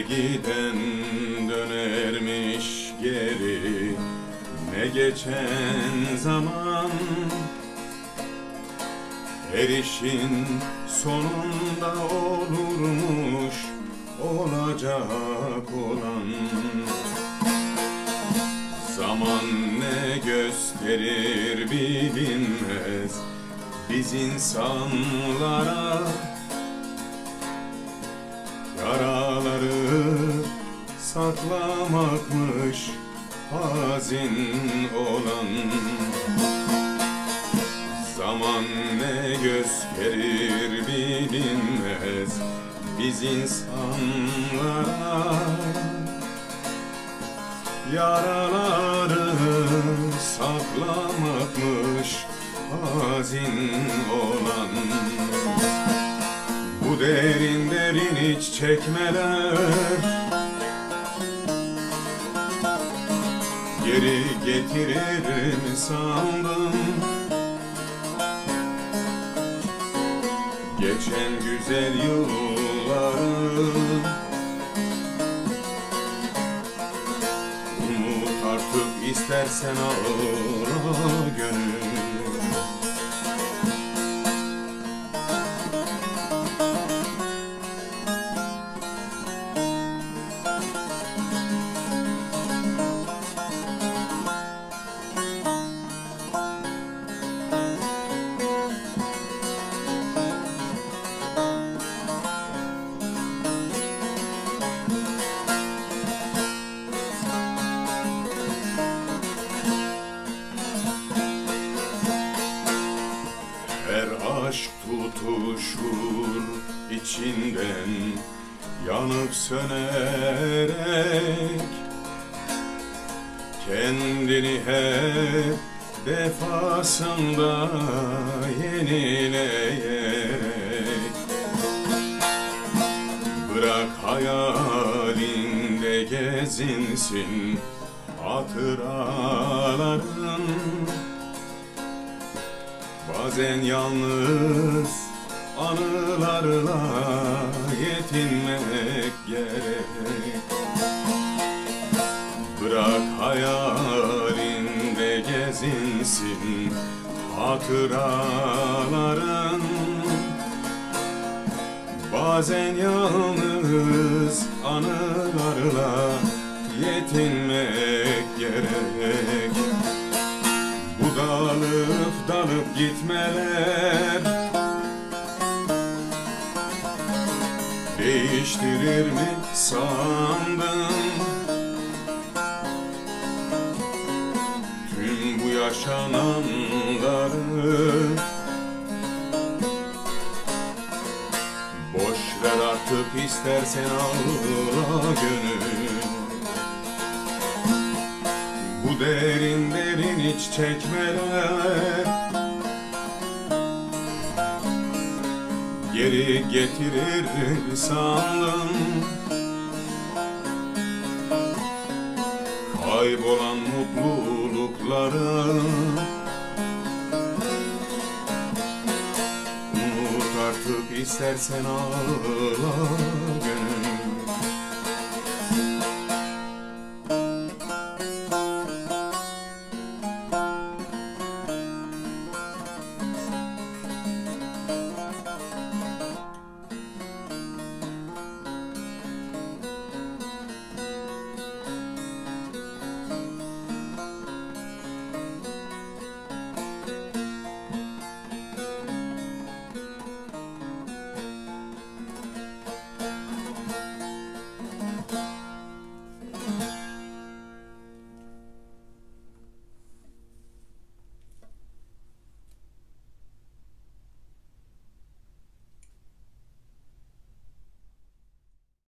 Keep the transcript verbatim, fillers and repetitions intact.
giden dönermiş geri, ne geçen zaman. Her işin sonunda olurmuş olacak olan. Zaman ne gösterir bilinmez biz insanlara. Yaraları saklamakmış hazin olan. Zaman ne gösterir bilinmez biz insanlara. Yaraları saklamakmış hazin olan. Bu derin derin iç çekmeler geri getirir mi sandım? Geçen güzel yılları unut artık, istersen ağla gönül. Aşk tutuşur içinden yanıp sönerek, kendini hep defasında yenileyerek. Bırak hayalinde gezinsin hatıraların. Bazen yalnız anılarla yetinmek gerek. Bırak hayalinde gezinsin hatıraların. Bazen yalnız anılarla yetinmek gerek. Bu dalıp dalıp gitmeler değiştirir mi sandın? Tüm bu yaşananları boş ver artık, istersen ağla gönül. Bu derin derin iç çekmeler geri getirir sandım. Kaybolan mutlulukları unut artık, istersen ağla